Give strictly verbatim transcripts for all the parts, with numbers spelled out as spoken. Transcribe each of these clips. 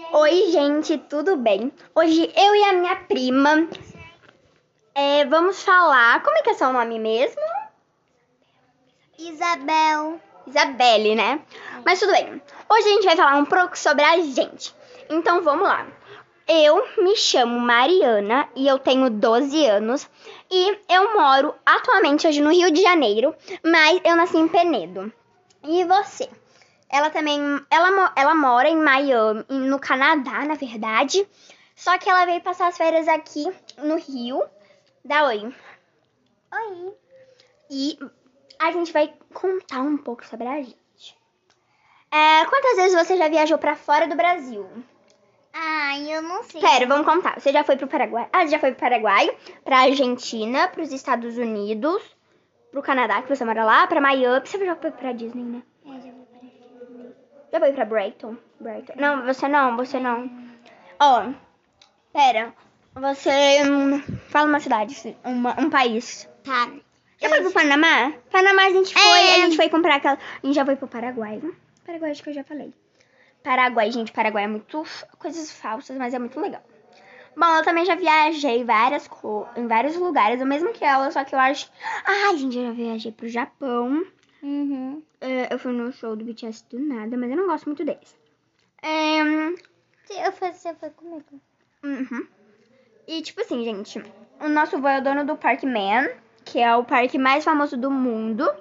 Oi, gente, tudo bem? Hoje eu e a minha prima é, vamos falar... Como é que é seu nome mesmo? Isabel. Isabelle, né? Mas tudo bem. Hoje a gente vai falar um pouco sobre a gente. Então vamos lá. Eu me chamo Mariana e eu tenho doze anos. E eu moro atualmente hoje no Rio de Janeiro, mas eu nasci em Penedo. E você? Ela também, ela, ela mora em Miami, no Canadá, na verdade. Só que ela veio passar as férias aqui no Rio. Dá oi. Oi. E a gente vai contar um pouco sobre a gente. É, quantas vezes você já viajou pra fora do Brasil? Ai, eu não sei. Pera, vamos contar. Você já foi pro Paraguai? Ah, você já foi pro Paraguai, pra Argentina, pros Estados Unidos, pro Canadá, que você mora lá, pra Miami. Você já foi pra Disney, né? É, já vou para Já foi pra Brighton? Brighton. Não, você não, você não. Ó, pera. Você hum, fala uma cidade, uma, um país. Tá. Já foi pro Panamá? Panamá a gente foi, É. a gente foi comprar aquela... A gente já foi pro Paraguai. Paraguai acho que eu já falei. Paraguai, gente, Paraguai é muito... Coisas falsas, mas é muito legal. Bom, eu também já viajei várias co... em vários lugares, o mesmo que ela, só que eu acho... Ai, gente, eu já viajei pro Japão. Uhum. É, eu fui no show do B T S do nada, mas eu não gosto muito deles. É... Eu fui, você foi comigo. Uhum. E, tipo assim, gente, o nosso vô é o dono do Parque Man, que é o parque mais famoso do mundo.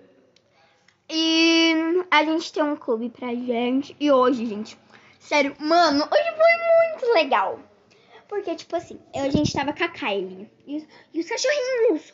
E a gente tem um clube pra gente. E hoje, gente, sério, mano, hoje foi muito legal. Porque, tipo assim, a gente tava com a Kylie e, e os cachorrinhos.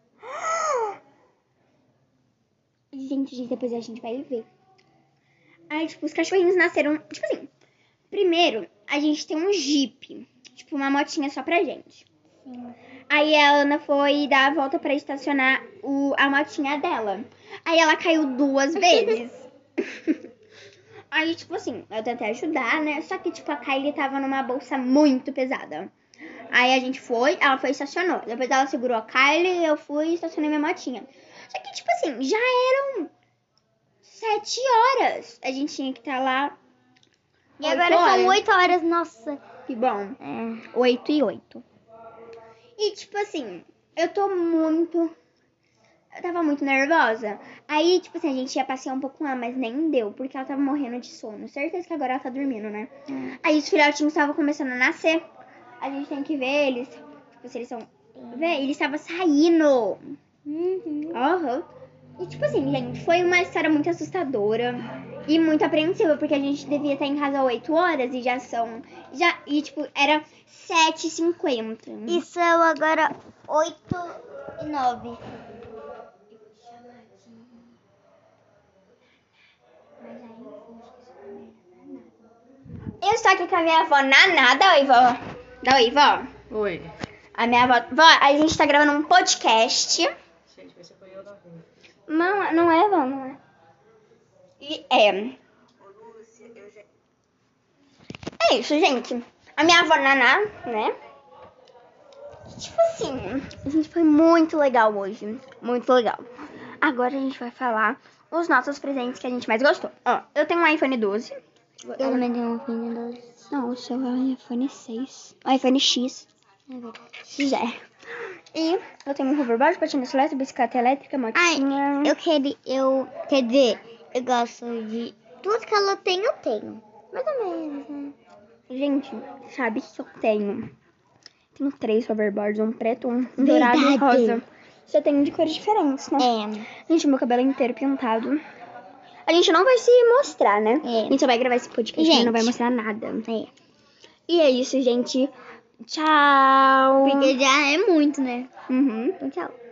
Gente, gente, depois a gente vai ver. Aí, tipo, os cachorrinhos nasceram, tipo assim, primeiro, a gente tem um Jeep, tipo, uma motinha só pra gente. Sim. Aí a Ana foi dar a volta pra estacionar o, a motinha dela. Aí ela caiu duas vezes. Aí, tipo assim, eu tentei ajudar, né? Só que, tipo, a Kylie tava numa bolsa muito pesada. Aí a gente foi, ela foi e estacionou. Depois ela segurou a Kylie, eu fui e estacionei minha motinha. Só que, tipo assim, já eram sete horas. A gente tinha que estar lá. E agora são oito horas, nossa. Que bom. É. Oito e oito. E, tipo assim, eu tô muito... Eu tava muito nervosa. Aí, tipo assim, a gente ia passear um pouco lá, mas nem deu, porque ela tava morrendo de sono. Certeza que agora ela tá dormindo, né? Hum. Aí os filhotinhos estavam começando a nascer. A gente tem que ver eles. Tipo, se eles são... Vê, eles estavam saindo. Uhum. Aham. E, tipo assim, gente, foi uma história muito assustadora e muito apreensiva, porque a gente devia estar em casa oito horas e já são... Já, e, tipo, era sete e cinquenta. E são agora oito e nove. Eu estou aqui com a minha avó Naná. Dá oi, vó. Dá oi, vó. Oi. A minha avó... Vó, a gente tá gravando um podcast. Gente, vai ser foi eu da rua. Não, não é, vó, não é. E é... Ô, Lúcia, eu já... É isso, gente. A minha avó Naná, né? Tipo assim, a gente foi muito legal hoje. Muito legal. Agora a gente vai falar os nossos presentes que a gente mais gostou. Ó, eu tenho um iPhone doze. Eu também tenho um iPhone doze. Não, o seu é um iPhone seis. Um iPhone X. É verdade. X é. E eu tenho um hoverboard, patinete elétrico, bicicleta elétrica, motinha. Eu queria, eu, quer dizer, eu gosto de tudo que ela tem, eu tenho. Mais ou menos, né? Gente, sabe que eu tenho? Tenho três hoverboards, um preto, um dourado e um Verdade. rosa. Você tem de cores diferentes, né? É. Gente, meu cabelo é inteiro pintado. A gente não vai se mostrar, né? É. A gente só vai gravar esse podcast, Gente. mas não vai mostrar nada. É. E é isso, gente. Tchau. Porque já é muito, né? Uhum. Então, tchau.